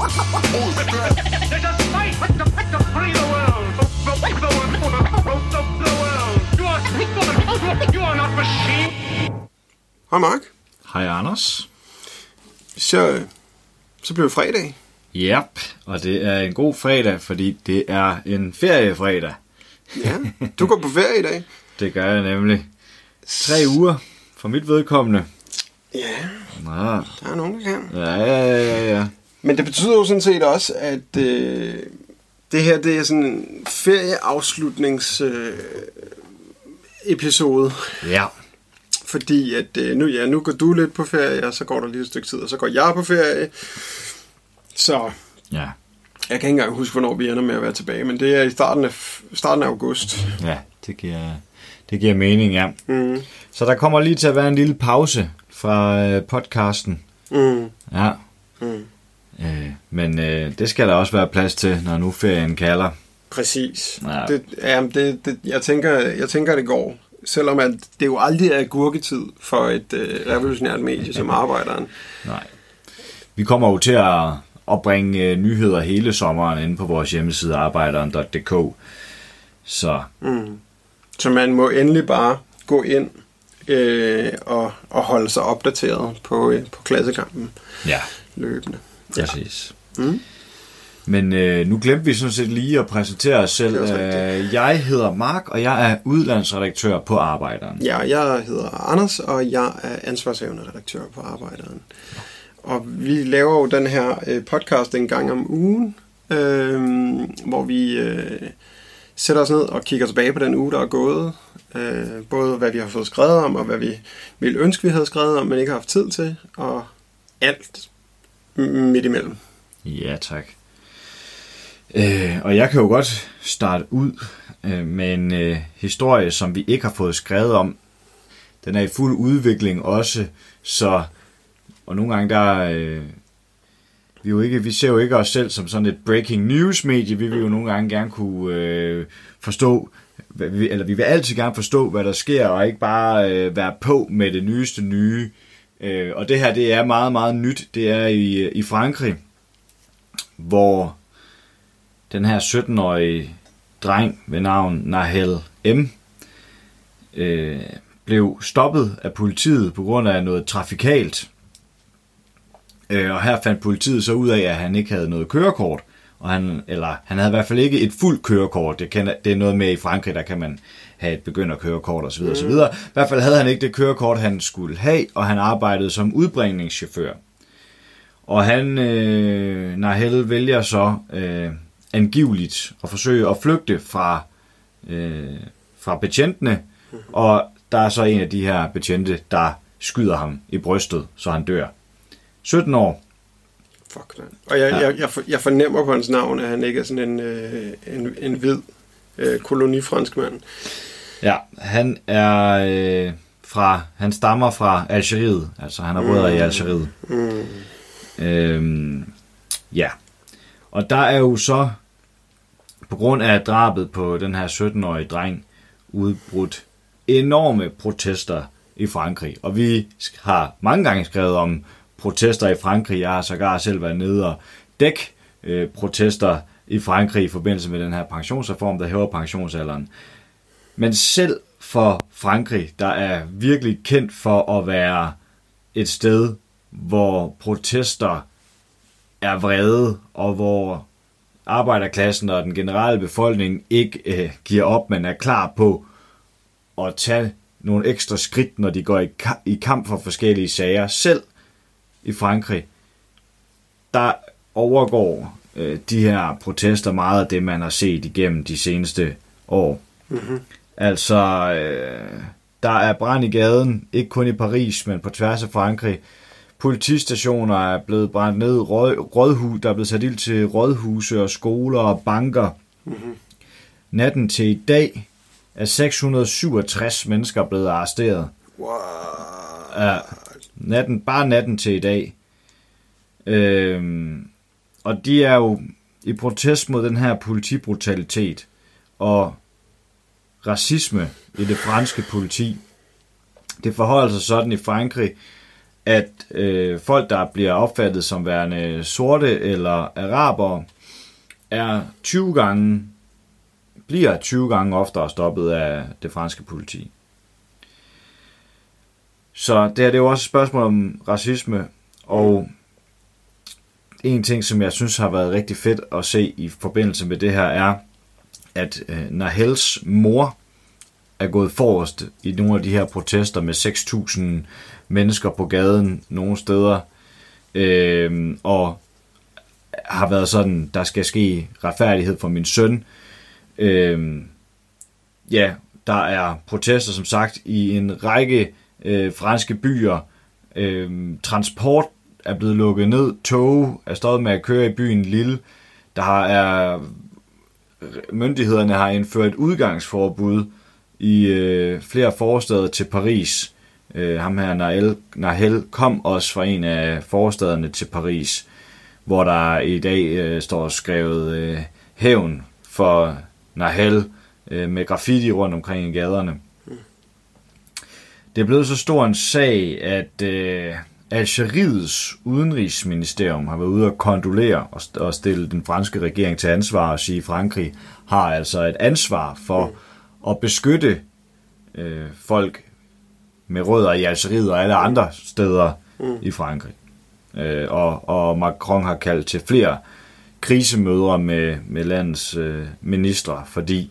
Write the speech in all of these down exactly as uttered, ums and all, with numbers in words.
There's a fight to free the world. The world. You are, you are not machine. Hej Mark. Hej Anders. Så, så blev det fredag. Ja, og det er en god fredag, fordi det er en feriefredag. Ja, du går på ferie i dag. Det gør jeg nemlig. Tre uger for mit vedkommende. Ja, Nå. der er nogen, der kan. Ja, ja, ja, ja. Men det betyder jo sådan set også, at øh, det her det er sådan en ferieafslutnings øh, episode. Ja. Fordi at øh, nu, ja, nu går du lidt på ferie, og så går der lige et stykke tid, og så går jeg på ferie. Så Ja. jeg kan ikke engang huske, hvornår vi ender med at være tilbage, men det er i starten af, starten af august. Ja, det giver, det giver mening, ja. Mm. Så der kommer lige til at være en lille pause fra øh, podcasten. Mm. Ja. Mm. Øh, men øh, det skal der også være plads til, når nu ferien kalder. Præcis. Ja. Det, ja, det, det, jeg, tænker, jeg tænker, at det går. Selvom at det jo aldrig er gurketid for et øh, revolutionært medie som Arbejderen. Nej. Vi kommer jo til at, at bringe øh, nyheder hele sommeren inde på vores hjemmeside arbejderen punktum d k. Så. Mm. Så man må endelig bare gå ind øh, og, og holde sig opdateret på, øh, på klassekampen Ja. løbende. Præcis. Ja. Mm. Men øh, nu glemte vi sådan set lige at præsentere os selv. Øh, jeg hedder Mark, og jeg er udlandsredaktør på Arbejderen. Ja, jeg hedder Anders, og jeg er ansvarshavende redaktør på Arbejderen. Og vi laver jo den her øh, podcast en gang om ugen, øh, hvor vi øh, sætter os ned og kigger tilbage på den uge, der er gået. Øh, både hvad vi har fået skrevet om, og hvad vi ville ønske, vi havde skrevet om, men ikke har haft tid til, og alt midt imellem. Ja, tak. Øh, og jeg kan jo godt starte ud øh, med en øh, historie, som vi ikke har fået skrevet om. Den er i fuld udvikling også, så og nogle gange der øh, vi jo ikke vi ser jo ikke os selv som sådan et breaking news medie. Vi vil jo nogle gange gerne kunne øh, forstå, eller vi vil altid gerne forstå, hvad der sker, og ikke bare øh, være på med det nyeste nye. Øh, og det her, det er meget meget nyt. Det er i i Frankrig, hvor den her sytten-årige dreng ved navn Nahel M. Øh, blev stoppet af politiet på grund af noget trafikalt. Øh, og her fandt politiet så ud af, at han ikke havde noget kørekort. Og han, eller han havde i hvert fald ikke et fuldt kørekort. Det, kan, det er noget med i Frankrig, der kan man have et begynderkørekort osv. Mm. osv. I hvert fald havde han ikke det kørekort, han skulle have, og han arbejdede som udbringningschauffør. Og han, øh, Nahel, vælger så øh, angiveligt at forsøge at flygte fra, øh, fra betjentene, og der er så en af de her betjente, der skyder ham i brystet, så han dør. sytten år. Fuck, man. Og jeg, Ja. jeg, jeg, jeg fornemmer på hans navn, at han ikke er sådan en, øh, en, en hvid øh, kolonifransk mand. Ja, han er øh, fra, han stammer fra Algeriet, altså han har rødder mm. i Algeriet. Mm. Øhm, ja, og der er jo så på grund af drabet på den her sytten-årige dreng udbrudt enorme protester i Frankrig. Og vi har mange gange skrevet om protester i Frankrig. Jeg har sågar selv været nede og dække øh, protester i Frankrig i forbindelse med den her pensionsreform, der hæver pensionsalderen. Men selv for Frankrig, der er virkelig kendt for at være et sted, hvor protester er vrede, og hvor arbejderklassen og den generelle befolkning ikke øh, giver op, men er klar på at tage nogle ekstra skridt, når de går i, ka- i kamp for forskellige sager. Selv i Frankrig, der overgår øh, de her protester meget af det, man har set igennem de seneste år. Mm-hmm. Altså, øh, der er brand i gaden, ikke kun i Paris, men på tværs af Frankrig. Politistationer er blevet brændt ned, rådhus, der er blevet sat ild til rådhuse og skoler og banker. Mm-hmm. Natten til i dag er seks hundrede syvogtres mennesker blevet arresteret. Wow. Ja, natten, bare natten til i dag. Øhm, og de er jo i protest mod den her politibrutalitet og racisme i det franske politi. Det forholder sig sådan i Frankrig, at øh, folk, der bliver opfattet som værende sorte eller arabere, er tyve gange, bliver tyve gange oftere stoppet af det franske politi. Så det her, det er jo også et spørgsmål om racisme, og en ting, som jeg synes har været rigtig fedt at se i forbindelse med det her, er, at øh, Nahels mor er gået forrest i nogle af de her protester med seks tusind mennesker på gaden nogle steder, øh, og har været sådan, der skal ske retfærdighed for min søn. Øh, ja, der er protester, som sagt, i en række øh, franske byer. Øh, transport er blevet lukket ned, tog er stået med at køre i byen Lille. Der er myndighederne har indført udgangsforbud i øh, flere forstæder til Paris. Øh, ham her, Nahel, Nahel, kom også fra en af forstæderne til Paris, hvor der i dag øh, står skrevet øh, hævn for Nahel øh, med graffiti rundt omkring i gaderne. Mm. Det er blevet så stor en sag, at øh, Algeriets udenrigsministerium har været ude at kondolere og, og stille den franske regering til ansvar og sige, at Frankrig har altså et ansvar for mm. at beskytte øh, folk med rødder i Algeriet og alle andre steder mm. i Frankrig. Øh, og, og Macron har kaldt til flere krisemøder med, med landets øh, ministre, fordi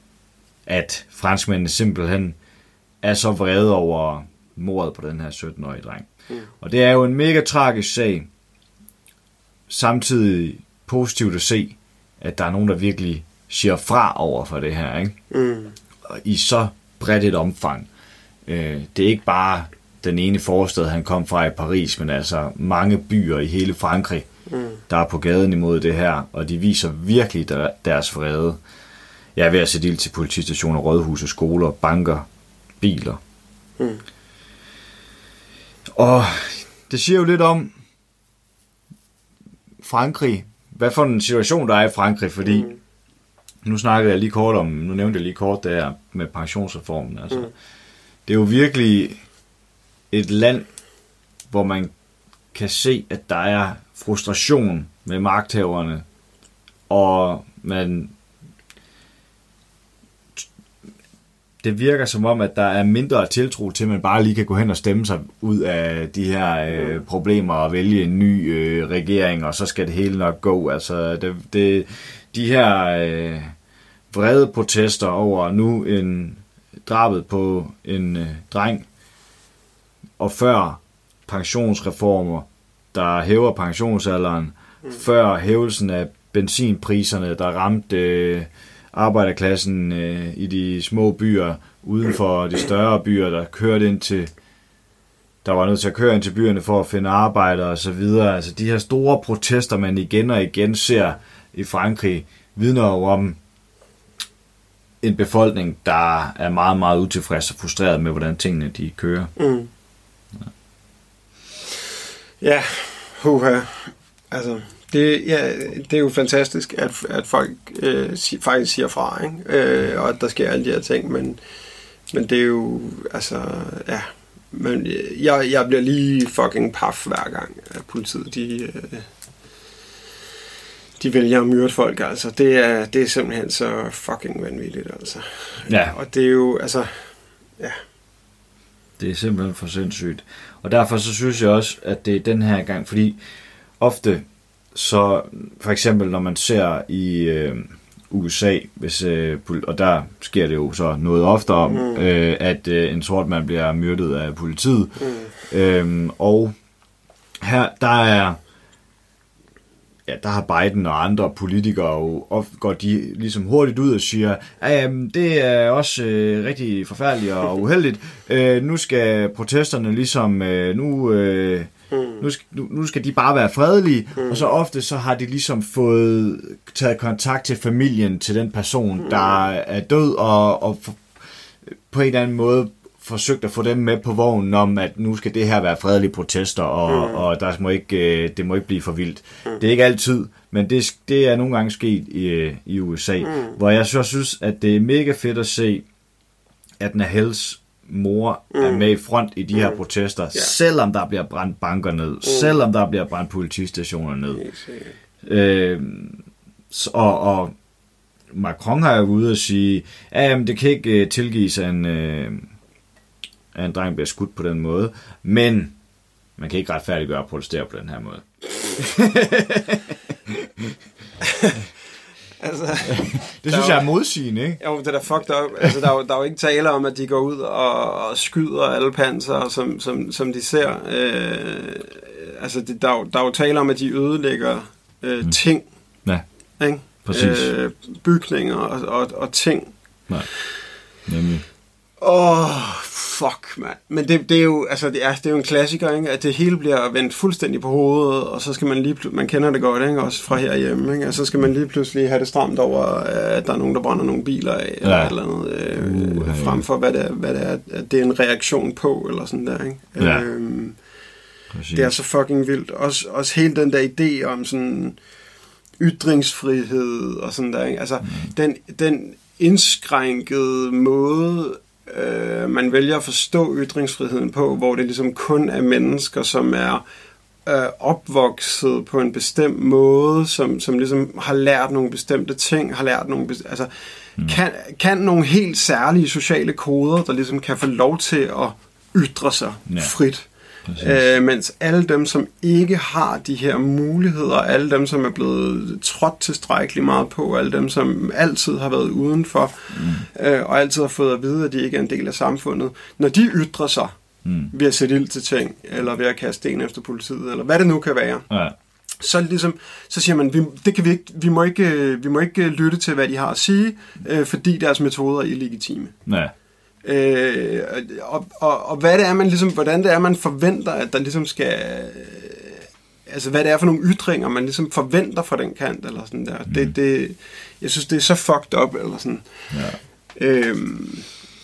at franskmændene simpelthen er så vrede over mordet på den her sytten-årige dreng. Mm. Og det er jo en mega tragisk sag. Samtidig positivt at se, at der er nogen, der virkelig siger fra over for det her, ikke? Mm. Og i så bredt et omfang. Øh, det er ikke bare den ene forstad, han kom fra i Paris, men altså mange byer i hele Frankrig, mm. der er på gaden imod det her, og de viser virkelig der, deres vrede. Jeg er ved at sætte ild til politistationer, rådhuse, skoler, banker, biler. Mm. Og det siger jo lidt om Frankrig, hvad for en situation der er i Frankrig, fordi mm. nu snakkede jeg lige kort om, nu nævnte jeg lige kort der med pensionsreformen, altså. Mm. Det er jo virkelig et land, hvor man kan se, at der er frustration med magthaverne, og man det virker som om, at der er mindre tiltro til, at man bare lige kan gå hen og stemme sig ud af de her øh, problemer og vælge en ny øh, regering, og så skal det hele nok gå. Altså, det, det, de her øh, vrede protester over nu en drabet på en øh, dreng, og før pensionsreformer, der hæver pensionsalderen, mm. før hævelsen af benzinpriserne, der ramte øh, arbejderklassen øh, i de små byer, uden for de større byer, der kørte ind til, der var nødt til at køre ind til byerne for at finde arbejde og så videre. Altså de her store protester, man igen og igen ser i Frankrig, vidner jo om en befolkning, der er meget, meget utilfreds og frustreret med, hvordan tingene de kører. Mm. Ja, ja huha. Altså, det, ja, det er jo fantastisk, at, at folk øh, sig, faktisk siger fra, ikke? Øh, og at der sker alle de her ting, men, men det er jo, altså, ja, men jeg, jeg bliver lige fucking paf hver gang, at politiet, de, øh, de vælger at myrde folk, altså. Det er, det er simpelthen så fucking vanvittigt, altså. Ja. Og det er jo, altså, ja. Det er simpelthen for sindssygt. Og derfor så synes jeg også, at det er den her gang, fordi ofte, så for eksempel når man ser i øh, U S A, hvis, øh, og der sker det jo så noget oftere, mm. øh, at øh, en sort mand bliver myrdet af politiet. Mm. Øhm, og her, der er ja, der har Biden og andre politikere jo, og går de ligesom hurtigt ud og siger, at det er også øh, rigtig forfærdeligt og uheldigt. Øh, nu skal protesterne ligesom, øh, nu, øh, mm. nu, skal, nu, nu skal de bare være fredelige, mm. og så ofte så har de ligesom fået taget kontakt til familien til den person, mm. der er død, og, og for, på en eller anden måde forsøgt at få dem med på vognen om, at nu skal det her være fredelige protester, og, mm. og der må ikke, det må ikke blive for vildt. Mm. Det er ikke altid, men det, det er nogle gange sket i, i U S A, mm. hvor jeg så synes, at det er mega fedt at se, at Nahels mor mm. er med i front i de her mm. protester, yeah. selvom der bliver brændt banker ned, mm. selvom der bliver brændt politistationer ned. Øh, og, og Macron har jo ude at sige, at det kan ikke uh, tilgives, at en, uh, at en dreng bliver skudt på den måde, men man kan ikke retfærdiggøre at protestere på den her måde. altså, det synes jeg er modsigende, ikke? Jo, det er da fucked up. Altså, der, er jo, der er jo ikke tale om, at de går ud og, og skyder alle panser, som, som, som de ser. Øh, altså, det, der, er jo, der er jo tale om, at de ødelægger øh, mm. ting. Ja, ikke? Præcis. Øh, bygninger og, og, og ting. Nej, nemlig. Åh, oh, fuck, mand. Men det, det er jo, altså, det er, det er jo en klassiker, ikke? At det hele bliver vendt fuldstændig på hovedet, og så skal man lige pludselig, man kender det godt, ikke? Også fra herhjemme, ikke? Og så skal man lige pludselig have det stramt over, at der er nogen, der brænder nogle biler af, ja. eller et eller andet, øh, uh, frem for, hvad det, er, hvad det er, at det er en reaktion på, eller sådan der, ikke? Ja. Øhm, det er så fucking vildt. Også, også hele den der idé om sådan ytringsfrihed, og sådan der, ikke? Altså, mm. den, den indskrænkede måde, øh, man vælger at forstå ytringsfriheden på, hvor det ligesom kun er mennesker, som er øh, opvokset på en bestemt måde, som, som ligesom har lært nogle bestemte ting, har lært nogle bes- altså, mm. kan, kan nogle helt særlige sociale koder, der ligesom kan få lov til at ytre sig ja. frit. Øh, mens alle dem, som ikke har de her muligheder, alle dem, som er blevet trådt tilstrækkeligt meget på, alle dem, som altid har været udenfor, mm. øh, og altid har fået at vide, at de ikke er en del af samfundet, når de ytrer sig mm. ved at sætte ild til ting, eller ved at kaste sten efter politiet, eller hvad det nu kan være, ja. så, ligesom, så siger man, vi, det kan vi, ikke, vi, må ikke, vi må ikke lytte til, hvad de har at sige, øh, fordi deres metoder er illegitime. Ja. Øh, og, og, og hvad det er man ligesom, hvordan det er man forventer, at der ligesom skal, altså hvad det er for nogle ytringer man ligesom forventer fra den kant eller sådan der. Mm. Det, det, jeg synes det er så fucked up eller sådan. Ja. Øhm,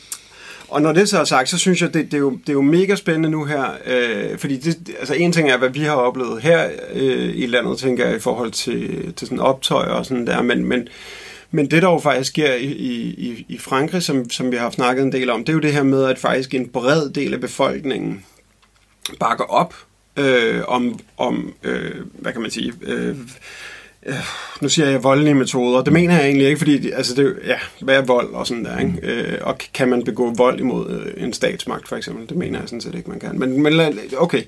og når det så er sagt, så synes jeg det, det, er, jo, det er jo mega spændende nu her, øh, fordi det, altså en ting er hvad vi har oplevet her øh, i landet, tænker jeg i forhold til til sådan optøjer og sådan der, men men Men det, der jo faktisk sker i, i, i Frankrig, som, som vi har snakket en del om, det er jo det her med, at faktisk en bred del af befolkningen bakker op øh, om, om øh, hvad kan man sige, øh, øh, nu siger jeg voldelige metoder. Det mener jeg egentlig ikke, fordi altså det, ja, hvad er vold og sådan der, ikke? Øh, og kan man begå vold imod en statsmagt, for eksempel? Det mener jeg sådan set ikke, man kan. Men, men okay.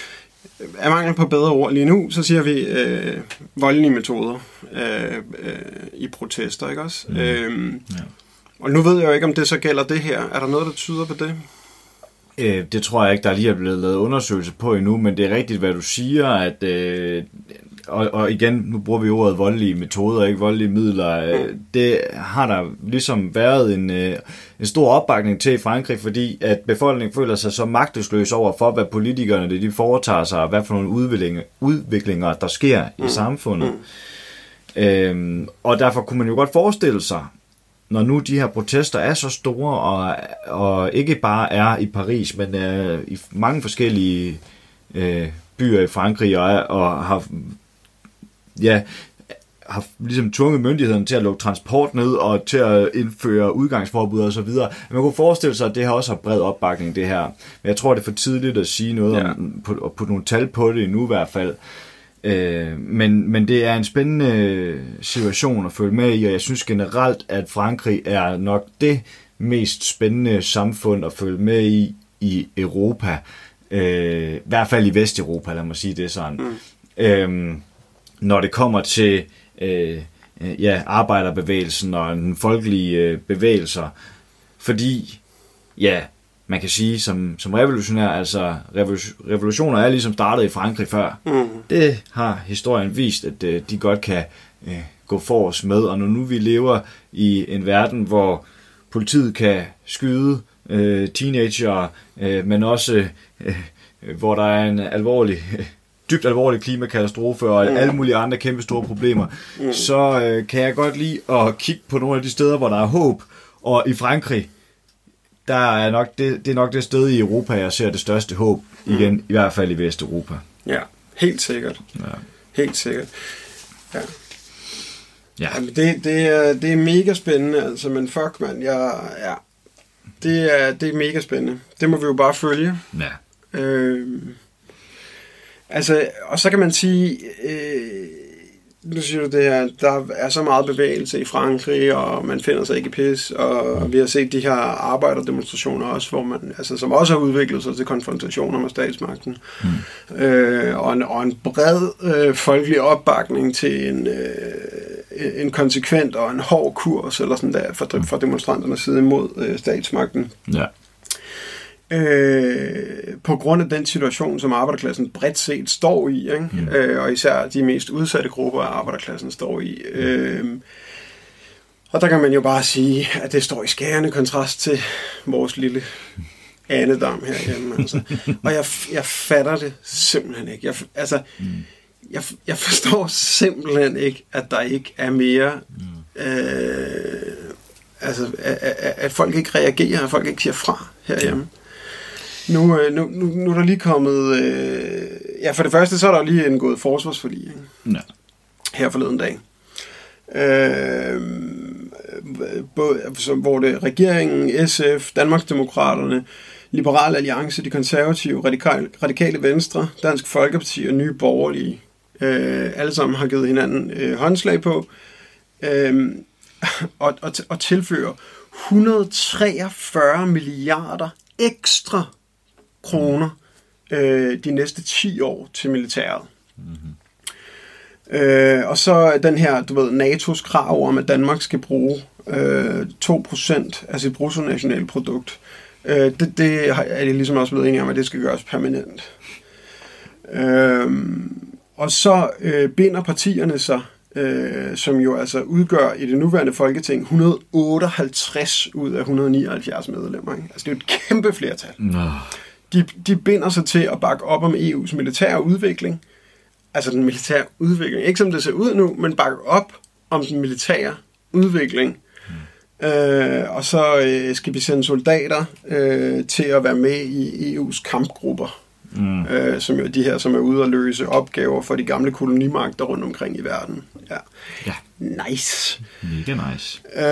Af mangel på bedre ord lige nu, så siger vi øh, voldelige metoder øh, øh, i protester, ikke også? Mm. Øhm, ja. Og nu ved jeg jo ikke, om det så gælder det her. Er der noget, der tyder på det? Øh, det tror jeg ikke, der lige er blevet lavet undersøgelse på endnu, men det er rigtigt, hvad du siger, at øh, og, og igen, nu bruger vi ordet voldelige metoder, ikke voldelige midler. Mm. Det har der ligesom været en, en stor opbakning til i Frankrig, fordi at befolkningen føler sig så magtesløs over for, hvad politikerne de foretager sig, og hvad for nogle udviklinger, udviklinger der sker mm. i samfundet. Mm. Øhm, og derfor kunne man jo godt forestille sig, når nu de her protester er så store, og, og ikke bare er i Paris, men er i mange forskellige øh, byer i Frankrig, og, og har ja, har ligesom tvunget myndighederne til at lukke transport ned, og til at indføre udgangsforbud og så videre. Man kunne forestille sig, at det her også har bred opbakning, det her. Men jeg tror, det er for tidligt at sige noget ja. om, på, og putte nogle tal på det nu i hvert fald. Øh, men, men det er en spændende situation at følge med i, og jeg synes generelt, at Frankrig er nok det mest spændende samfund at følge med i i Europa. Øh, I hvert fald i Vesteuropa, lad mig sige det sådan. Mm. Øh, når det kommer til øh, ja, arbejderbevægelsen og den folkelige øh, bevægelser. Fordi, ja, man kan sige, som, som revolutionær, altså revolutioner er ligesom startet i Frankrig før. Mm. Det har historien vist, at øh, de godt kan øh, gå for os med. Og når nu vi lever i en verden, hvor politiet kan skyde øh, teenager, øh, men også øh, hvor der er en alvorlig... Øh, dybt alvorlig klimakatastrofe og mm. alle mulige andre kæmpe store problemer, mm. så øh, kan jeg godt lide at kigge på nogle af de steder, hvor der er håb. Og i Frankrig, der er nok det, det er nok det sted i Europa, jeg ser det største håb, igen, mm. i hvert fald i Vesteuropa. Ja, helt sikkert. Ja. Helt sikkert. Ja. Ja. Jamen, det, det, er, det er mega spændende, altså, men fuck, man, jeg, ja. det er, det er mega spændende. Det må vi jo bare følge. Ja. Øh, altså, og så kan man sige, øh, nu siger du det her, der er så meget bevægelse i Frankrig, og man finder sig ikke i pis, og vi har set de her arbejderdemonstrationer også, hvor man, altså, som også har udviklet sig til konfrontationer med statsmagten, mm. øh, og, en, og en bred øh, folkelig opbakning til en, øh, en konsekvent og en hård kurs, eller sådan der, fra, fra demonstranternes side imod øh, statsmagten. Ja. Øh, på grund af den situation, som arbejderklassen bredt set står i, ikke? Mm. Øh, og især de mest udsatte grupper af arbejderklassen står i. Øh, og der kan man jo bare sige, at det står i skærende kontrast til vores lille andedam herhjemme. Altså. Og jeg, jeg fatter det simpelthen ikke. Jeg, altså, mm. jeg, jeg forstår simpelthen ikke, at der ikke er mere... Mm. Øh, altså, at, at, at folk ikke reagerer, at folk ikke siger fra herhjemme. Ja. Nu, nu, nu, nu er der lige kommet... Øh, ja, for det første, så er der lige indgået forsvarsforlig, ikke? Ja. Her forleden dag. Øh, både, hvor det regeringen, S F, Danmarksdemokraterne, Liberal Alliance, De Konservative, Radikale, Radikale Venstre, Dansk Folkeparti og Nye Borgerlige, øh, alle sammen har givet hinanden øh, håndslag på, øh, og, og, og tilfører et hundrede og treogfyrre milliarder ekstra kroner øh, de næste ti år til militæret. Mm-hmm. Øh, og så den her, du ved, N A T O's krav om, at Danmark skal bruge øh, to procent af sit bruttonationalprodukt. Øh, det, det er de ligesom også blevet enige om, at det skal gøres permanent. Øh, og så øh, binder partierne sig, øh, som jo altså udgør i det nuværende Folketing et hundrede og otteoghalvtreds ud af et hundrede og nioghalvfjerds medlemmer. Ikke? Altså det er jo et kæmpe flertal. No. De, de binder sig til at bakke op om E U's militære udvikling. Altså den militære udvikling. Ikke som det ser ud nu, men bakke op om den militære udvikling. Mm. Øh, og så øh, skal vi sende soldater øh, til at være med i E U's kampgrupper. Mm. Øh, som jo de her, som er ude at løse opgaver for de gamle kolonimagter rundt omkring i verden. Ja. Ja. Nice. Mega nice. Øh,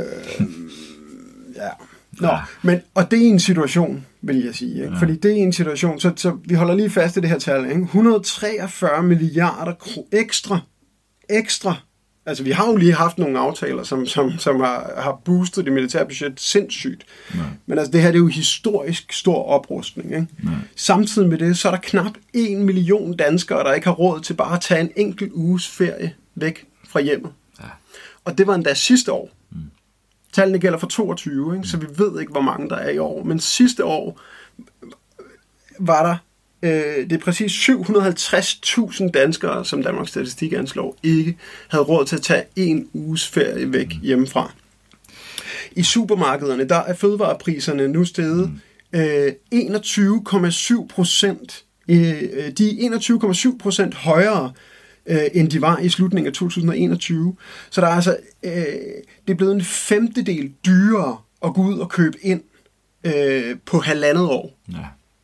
ja. Nå, ja. Men, og det er en situation, vil jeg sige. Ikke? Ja. Fordi det er en situation, så, så vi holder lige fast i det her tal. Ikke? et hundrede og treogfyrre milliarder kro- ekstra, ekstra. Altså, vi har jo lige haft nogle aftaler, som, som, som har, har boostet det militære budget sindssygt. Ja. Men altså, det her det er jo historisk stor oprustning. Ikke? Ja. Samtidig med det, så er der knap en million danskere, der ikke har råd til bare at tage en enkelt uges ferie væk fra hjemmet. Ja. Og det var endda sidste år. Mm. Tallene gælder for toogtyve, ikke? Så vi ved ikke, hvor mange der er i år. Men sidste år var der, øh, det er præcis syv hundrede og halvtreds tusind danskere, som Danmarks Statistik anslår, ikke havde råd til at tage en uges ferie væk hjemmefra. I supermarkederne, der er fødevarepriserne nu steget øh, enogtyve komma syv procent. Øh, de er enogtyve komma syv procent højere, øh, end de var i slutningen af to tusind og enogtyve. Så der er altså, øh, det er blevet en femtedel dyrere at gå ud og købe ind øh, på halvandet år. Ja.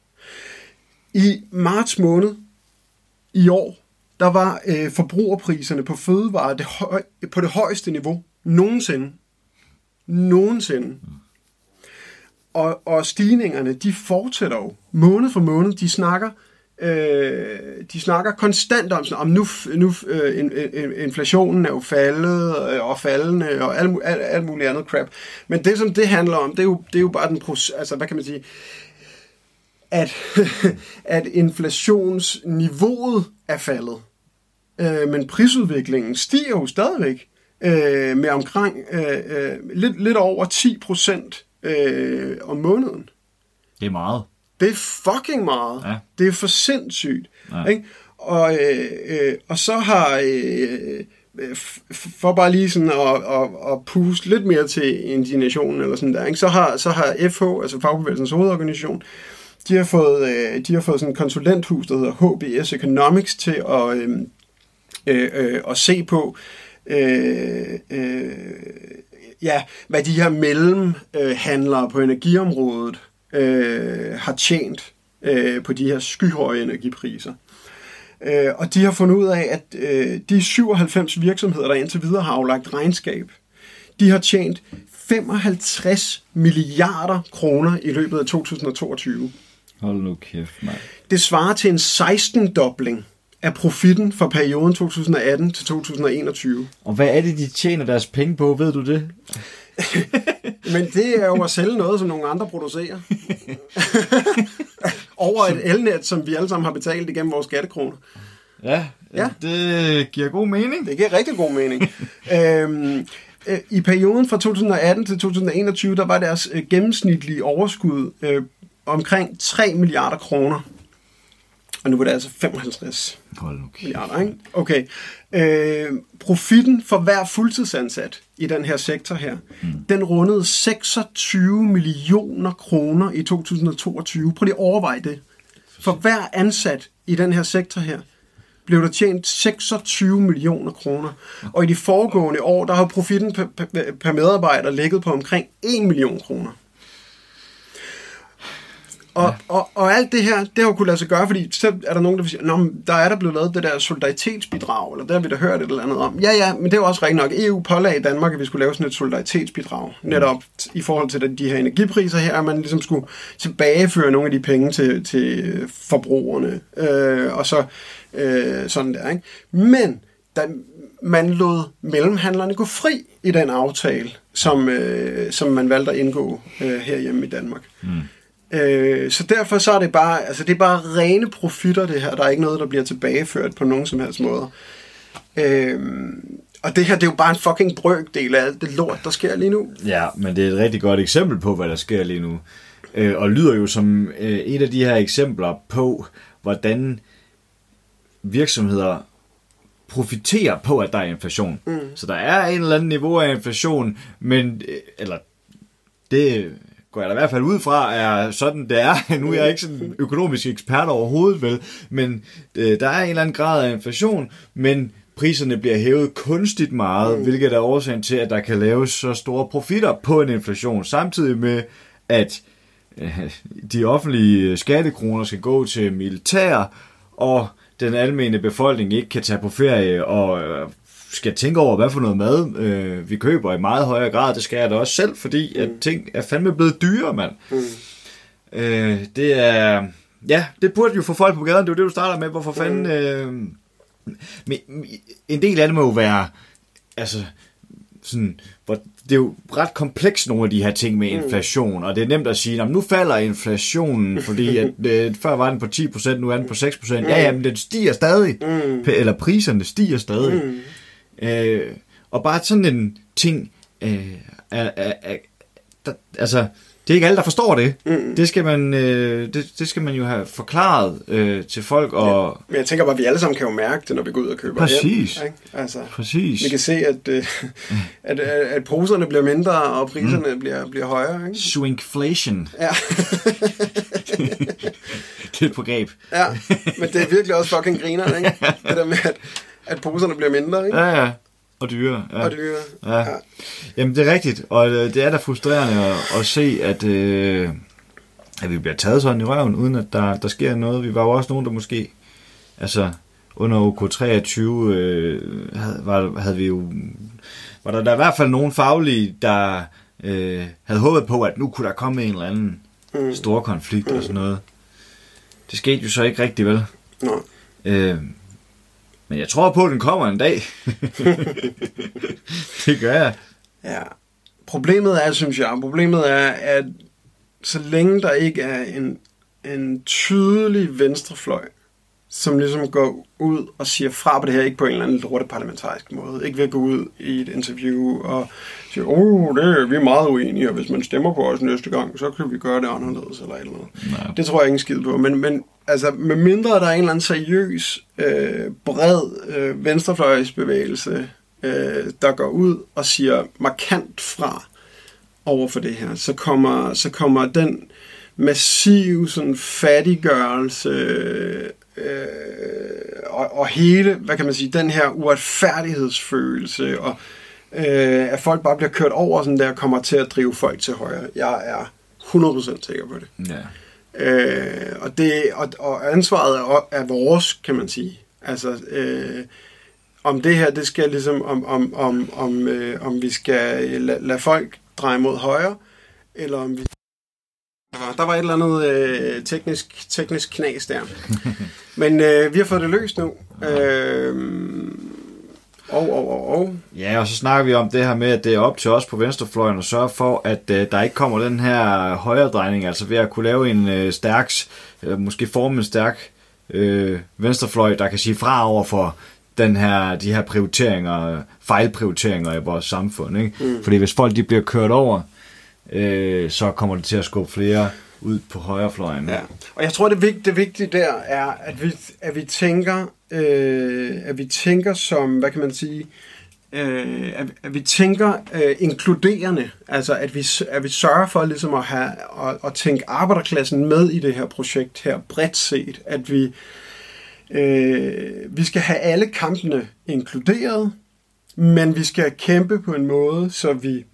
I marts måned i år, der var øh, forbrugerpriserne på fødevarer det høj, på det højeste niveau nogensinde. Nogensinde. Mm. Og, og stigningerne, de fortsætter jo måned for måned. De snakker, øh, de snakker konstant om, sådan, om nu, nu øh, in, in, inflationen er jo faldet og faldende og alt, alt, alt muligt andet crap. Men det, som det handler om, det er jo, det er jo bare den proces, altså hvad kan man sige, at, at inflationsniveauet er faldet. Øh, men prisudviklingen stiger jo stadigvæk øh, med omkring øh, øh, lidt, lidt over ti procent øh, om måneden. Det er meget. Det er fucking meget. Ja. Det er for sindssygt. Ja. Ikke? Og, øh, øh, og så har... Øh, for bare lige sådan at, at, at puste lidt mere til indignationen eller sådan der, ikke? Så har, så har F H, altså Fagbevægelsens hovedorganisation, de har fået, øh, de har fået sådan et konsulenthus, der hedder H B S Economics, til at, øh, øh, at se på, øh, øh, ja, hvad de her mellemhandlere på energiområdet øh, har tjent øh, på de her skyhøje energipriser. Øh, og de har fundet ud af, at øh, de syvoghalvfems virksomheder, der indtil videre har aflagt regnskab, de har tjent femoghalvtreds milliarder kroner i løbet af to tusind og toogtyve. Hold nu kæft, mand. Det svarer til en seksten-dobling af profitten for perioden to tusind og atten til to tusind og enogtyve. Og hvad er det, de tjener deres penge på, ved du det? Men det er jo at sælge noget, som nogle andre producerer. Over et elnet, som vi alle sammen har betalt igennem vores skattekroner. Ja, ja, det giver god mening. Det giver rigtig god mening. øhm, øh, I perioden fra to tusind og atten til to tusind og enogtyve, der var deres øh, gennemsnitlige overskud øh, omkring tre milliarder kroner. Og nu var det altså femoghalvtreds Hold nu kæft. milliarder, ikke? Okay. Øh, profitten for hver fuldtidsansat i den her sektor her, mm. den rundede seksogtyve millioner kroner i to tusind og toogtyve. Prøv lige at overveje det. For hver ansat i den her sektor her, blev der tjent seksogtyve millioner kroner. Og i de foregående år, der har profitten per, per, per medarbejder ligget på omkring en million kroner. Og, ja. og, og alt det her, det har jo kunne lade sig gøre, fordi så er der nogen, der vil sige, nå, der er der blevet lavet det der solidaritetsbidrag, eller der har vi da hørt et eller andet om. Ja, ja, men det er jo også rigtigt nok. E U pålagde i Danmark, at vi skulle lave sådan et solidaritetsbidrag, netop i forhold til de her energipriser her, at man ligesom skulle tilbageføre nogle af de penge til, til forbrugerne, øh, og så øh, sådan der, ikke? Men da man lod mellemhandlerne gå fri i den aftale, som, øh, som man valgte at indgå øh, herhjemme i Danmark. Mm. Så derfor så er det bare, altså det er bare rene profitter det her. Der er ikke noget, der bliver tilbageført på nogen som helst måde. Øhm, og det her, det er jo bare en fucking brøkdel af alt det lort, der sker lige nu. Ja, men det er et rigtig godt eksempel på, hvad der sker lige nu. Øh, og lyder jo som øh, et af de her eksempler på, hvordan virksomheder profiterer på, at der er inflation. Mm. Så der er en eller anden niveau af inflation, men, øh, eller det går jeg da i hvert fald ud fra, er sådan det er. Nu er jeg ikke sådan økonomisk ekspert overhovedet, vel, men øh, der er en eller anden grad af inflation, men priserne bliver hævet kunstigt meget, mm. hvilket er årsagen til, at der kan laves så store profitter på en inflation, samtidig med, at øh, de offentlige skattekroner skal gå til militær, og den almene befolkning ikke kan tage på ferie og øh, skal tænke over, hvad for noget mad øh, vi køber i meget højere grad. Det skal jeg da også selv, fordi mm. at ting er fandme blevet dyre, mand. Mm. Øh, det er... Ja, det burde jo få folk på gaden. Det er jo det, du starter med. Hvorfor fanden... Øh, men, en del af det må jo være... Altså... Sådan, hvor, det er jo ret komplekst, nogle af de her ting med inflation, og det er nemt at sige, nu falder inflationen, fordi at, øh, før var den på ti procent, nu er den på seks procent. Ja, ja, men den stiger stadig. Mm. Eller priserne stiger stadig. Mm. Øh, og bare sådan en ting, øh, er, er, er, der, altså, det er ikke alle, der forstår det. Mm. Det, skal man, øh, det, det skal man jo have forklaret øh, til folk. Og... Ja, men jeg tænker bare, at vi alle sammen kan jo mærke det, når vi går ud og køber. Præcis. Hjem, altså, Præcis. Vi kan se, at, øh, at, at, at poserne bliver mindre, og priserne mm. bliver, bliver højere. Ikke? Swingflation. Ja. Det er et begreb. Ja, men det er virkelig også fucking griner, ikke? Det der med, at, at poserne bliver mindre, ikke? Ja, ja. Og dyre. Ja. Og dyre. Ja. Ja. Jamen, det er rigtigt. Og øh, det er da frustrerende at, at se, at, øh, at vi bliver taget sådan i røven, uden at der, der sker noget. Vi var jo også nogen, der måske... Altså, under O K treogtyve øh, havde, var, havde vi jo... Var der, der i hvert fald nogle faglige, der øh, havde håbet på, at nu kunne der komme en eller anden mm. stor konflikt mm. og sådan noget. Det skete jo så ikke rigtig, vel? Nej. Øh, Men jeg tror på, at den kommer en dag. Det gør jeg. Ja. Problemet er, synes jeg, problemet er, at så længe der ikke er en, en tydelig venstrefløj, som ligesom går ud og siger fra på det her, ikke på en eller anden lorte parlamentarisk måde, ikke ved at gå ud i et interview og sige, åh, oh, det er vi er meget uenige, og hvis man stemmer på os næste gang, så kan vi gøre det anderledes, eller et eller andet. Nej. Det tror jeg ikke en skid på, men, men altså, med mindre der er en eller anden seriøs, øh, bred øh, venstrefløjsbevægelse, øh, der går ud og siger markant fra over for det her, så kommer, så kommer den massive sådan, fattiggørelse øh, og, og hele, hvad kan man sige, den her uretfærdighedsfølelse, og øh, at folk bare bliver kørt over, sådan der, kommer til at drive folk til højre. Jeg er hundrede procent sikker på det. Ja. Øh, og, det og, og ansvaret er, er vores, kan man sige. Altså, øh, om det her, det skal ligesom, om, om, om, om, øh, om vi skal lade, lade folk dreje mod højre, eller om vi... Der var et eller andet øh, teknisk, teknisk knas der. Men øh, vi har fået det løst nu. Øh, og, og, og, og. Ja, og så snakker vi om det her med, at det er op til os på venstrefløjen at sørge for, at øh, der ikke kommer den her højre drejning, altså ved at kunne lave en øh, stærk, øh, måske forme en stærk øh, venstrefløj, der kan sige fra over for den her, de her prioriteringer, fejlprioriteringer i vores samfund. Ikke? Mm. Fordi hvis folk de bliver kørt over, øh, så kommer det til at skubbe flere ud på højrefløjen. Ja. Og jeg tror, det vigtige, det vigtige der er, at vi, at vi tænker, øh, at vi tænker som, hvad kan man sige, øh, at, at vi tænker øh, inkluderende, altså at vi, at vi sørger for ligesom at, have, at, at tænke arbejderklassen med i det her projekt her, bredt set, at vi øh, vi skal have alle kampene inkluderet, men vi skal kæmpe på en måde, så vi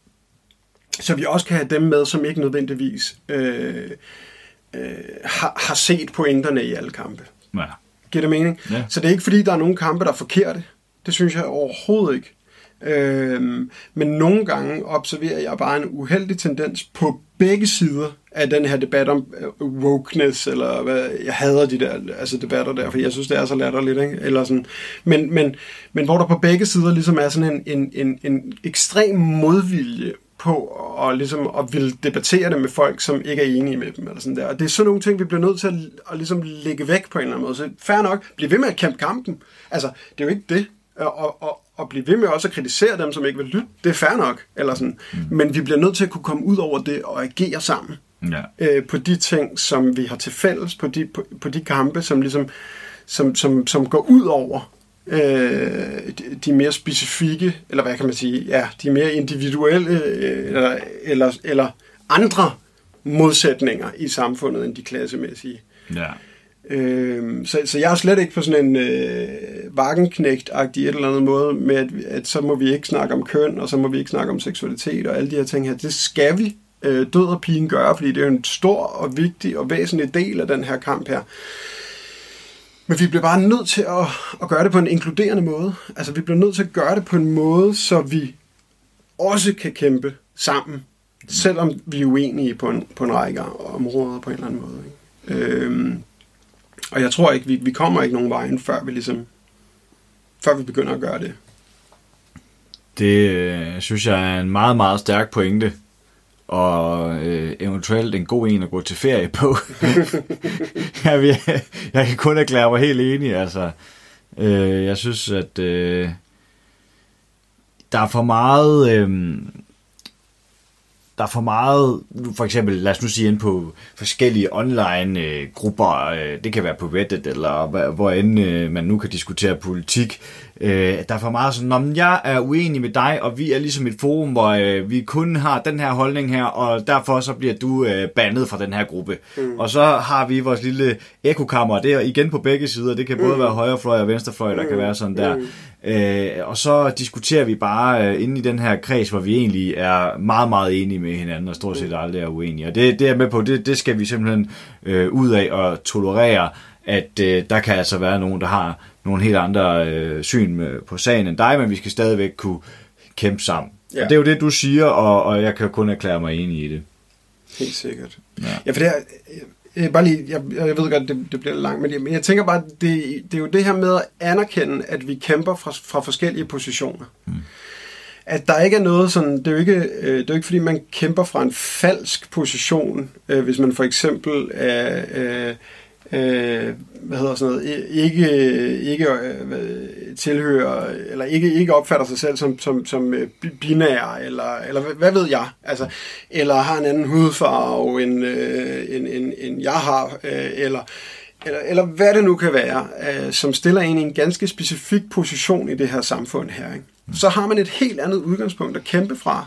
så vi også kan have dem med, som ikke nødvendigvis øh, øh, har, har set pointerne i alle kampe. Ja. Giver det mening? Ja. Så det er ikke fordi, der er nogle kampe, der er forkerte. Det synes jeg overhovedet ikke. Øhm, men nogle gange observerer jeg bare en uheldig tendens på begge sider af den her debat om wokeness, eller hvad, jeg hader de der altså debatter der, for jeg synes, det er så latterligt, ikke? Eller sådan. Men, men, men hvor der på begge sider ligesom er sådan en, en, en, en ekstrem modvilje på og ligesom at ville debattere det med folk, som ikke er enige med dem, eller sådan der. Og det er sådan nogle ting, vi bliver nødt til at, at ligesom lægge væk på en eller anden måde. Så fair nok, bliv ved med at kæmpe kampen. Altså, det er jo ikke det. Og, og, og blive ved med også at kritisere dem, som ikke vil lytte, det er fair nok. Eller sådan. Mm. Men vi bliver nødt til at kunne komme ud over det og agere sammen. Ja. Øh, på de ting, som vi har til fælles, på de, på, på de kampe, som ligesom som, som, som går ud over Øh, de, de mere specifikke, eller hvad kan man sige, ja, de mere individuelle øh, eller, eller, eller andre modsætninger i samfundet end de klassemæssige. Ja. Øh, så, så jeg er slet ikke på sådan en øh, Wagenknecht-agtig et eller andet måde med, at, at så må vi ikke snakke om køn, og så må vi ikke snakke om seksualitet og alle de her ting her. Det skal vi øh, død og pigen gøre, fordi det er en stor og vigtig og væsentlig del af den her kamp her. Men vi bliver bare nødt til at, at gøre det på en inkluderende måde. Altså, vi bliver nødt til at gøre det på en måde, så vi også kan kæmpe sammen, selvom vi er uenige på en, på en række områder på en eller anden måde. Ikke? Øhm, og jeg tror ikke, vi, vi kommer ikke nogen vejen, før vi ligesom, før vi begynder at gøre det. Det øh, synes jeg er en meget, meget stærk pointe. Og øh, eventuelt en god en at gå til ferie på. jeg, jeg, jeg kan kun erklære mig helt enig. Altså, øh, jeg synes, at øh, der er for meget... Øh, der er for meget... For eksempel, lad os nu sige, ind på forskellige online øh, grupper. Øh, det kan være på Reddit, eller hvor end øh, man nu kan diskutere politik. Øh, der er for meget sådan, om jeg er uenig med dig, og vi er ligesom et forum, hvor øh, vi kun har den her holdning her, og derfor så bliver du øh, bandet fra den her gruppe. Mm. Og så har vi vores lille ekokammer, og det er igen på begge sider. Det kan både mm. være højrefløj og venstrefløj, der mm. kan være sådan der. Mm. Øh, og så diskuterer vi bare øh, inde i den her kreds, hvor vi egentlig er meget, meget enige med hinanden, og stort set aldrig er uenige. Og det, det er med på, det, det skal vi simpelthen øh, ud af og tolerere, at øh, der kan altså være nogen, der har nogle helt andre øh, syn på sagen end dig, men vi skal stadigvæk kunne kæmpe sammen. Ja. Og det er jo det, du siger, og, og jeg kan kun erklære mig enig i det. Helt sikkert. Ja, ja for det er... Jeg, bare lige, jeg, jeg ved godt, det, det bliver langt, men jeg, men jeg tænker bare, det, det er jo det her med at anerkende, at vi kæmper fra, fra forskellige positioner. Mm. At der ikke er noget sådan, det er jo ikke, øh, det er jo ikke fordi, man kæmper fra en falsk position, øh, hvis man for eksempel er... Øh, Øh, hvad hedder sådan noget, ikke, ikke øh, tilhører, eller ikke, ikke opfatter sig selv som, som, som binær, eller, eller hvad ved jeg, altså, eller har en anden hudfarve, end, øh, end, end, end jeg har, øh, eller, eller, eller hvad det nu kan være, øh, som stiller en i en ganske specifik position i det her samfund her. Ikke? Så har man et helt andet udgangspunkt at kæmpe fra.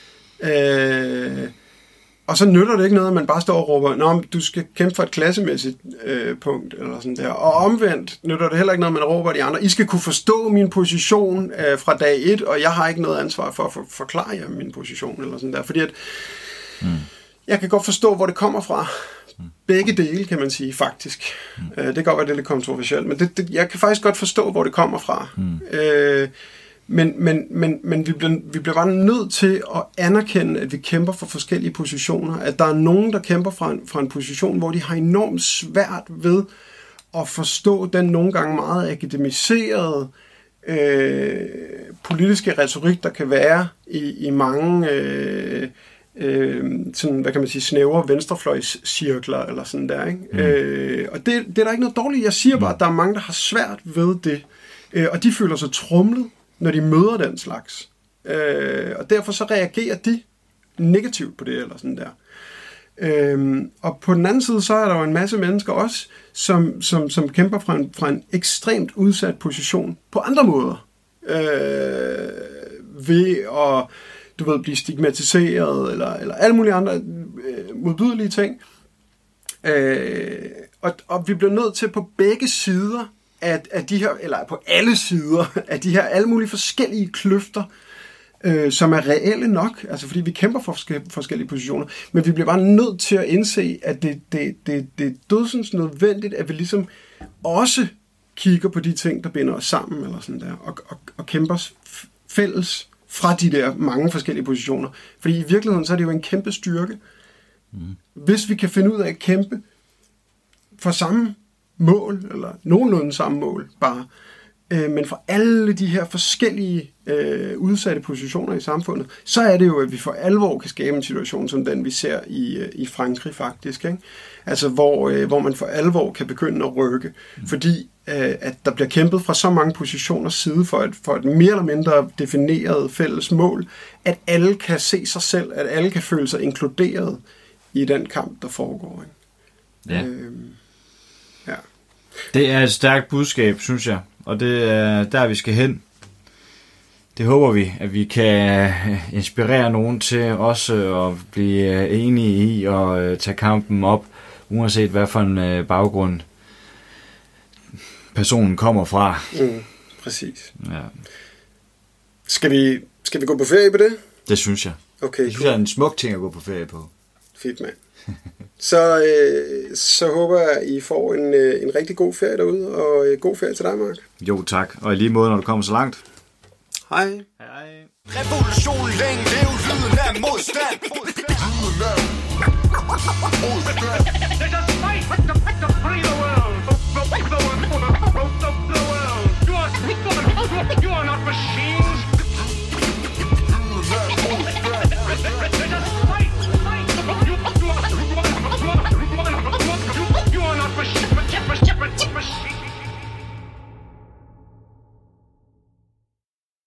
Øh, Og så nytter det ikke noget, at man bare står og råber, nå, du skal kæmpe for et klassemæssigt øh, punkt, eller sådan der. Og omvendt nytter det heller ikke noget, at man råber de andre. I skal kunne forstå min position øh, fra dag et, og jeg har ikke noget ansvar for at for, forklare jer min position, eller sådan der. Fordi at, mm. jeg kan godt forstå, hvor det kommer fra. Begge dele, kan man sige, faktisk. Mm. Øh, det kan godt være, det er lidt kontroversielt, men det, det, jeg kan faktisk godt forstå, hvor det kommer fra. Mm. Øh, Men, men, men, men vi, bliver, vi bliver bare nødt til at anerkende, at vi kæmper for forskellige positioner. At der er nogen, der kæmper fra en, fra en position, hvor de har enormt svært ved at forstå den nogle gange meget akademiserede øh, politiske retorik, der kan være i, i mange øh, øh, sådan, hvad kan man sige, snævre venstrefløjscirkler eller sådan der. Ikke? Mm. Øh, og det, det er der ikke noget dårligt. Jeg siger bare, at der er mange, der har svært ved det. Øh, og de føler sig tromlet, når de møder den slags. Øh, og derfor så reagerer de negativt på det, eller sådan der. Øh, og på den anden side, så er der jo en masse mennesker også, som, som, som kæmper fra en, fra en ekstremt udsat position på andre måder. Øh, ved at, du ved, blive stigmatiseret, eller, eller alle mulige andre øh, modbydelige ting. Øh, og, og vi bliver nødt til på begge sider, At, at de her, eller på alle sider, af de her alle mulige forskellige kløfter, øh, som er reelle nok, altså fordi vi kæmper for forske- forskellige positioner, men vi bliver bare nødt til at indse, at det, det, det, det er dødsens nødvendigt, at vi ligesom også kigger på de ting, der binder os sammen, eller sådan der, og, og, og kæmper fælles fra de der mange forskellige positioner. Fordi i virkeligheden, så er det jo en kæmpe styrke. Mm. Hvis vi kan finde ud af at kæmpe for samme mål, eller nogenlunde samme mål, bare. Øh, men for alle de her forskellige øh, udsatte positioner i samfundet, så er det jo, at vi for alvor kan skabe en situation som den, vi ser i, øh, i Frankrig faktisk. Ikke? Altså, hvor, øh, hvor man for alvor kan begynde at rykke. Mm. Fordi øh, at der bliver kæmpet fra så mange positioners side for et, for et mere eller mindre defineret fælles mål, at alle kan se sig selv, at alle kan føle sig inkluderet i den kamp, der foregår. Ikke? Ja. Øh, Ja. Det er et stærkt budskab, synes jeg, og det er der, vi skal hen. Det håber vi, at vi kan inspirere nogen til også at blive enige i at tage kampen op, uanset hvad for en baggrund personen kommer fra. Mm, præcis. Ja. Skal vi, skal vi gå på ferie på det? Det synes jeg. Okay, det synes jeg er en smuk ting at gå på ferie på. Fedt, mand. Så, øh, så håber jeg, I får en, øh, en rigtig god ferie derude, og øh, god ferie til dig, Mark. Jo, tak. Og i lige måde, når du kommer så langt. Hej. Hej. Revolution længe, lev lyden af modstand. Modstand.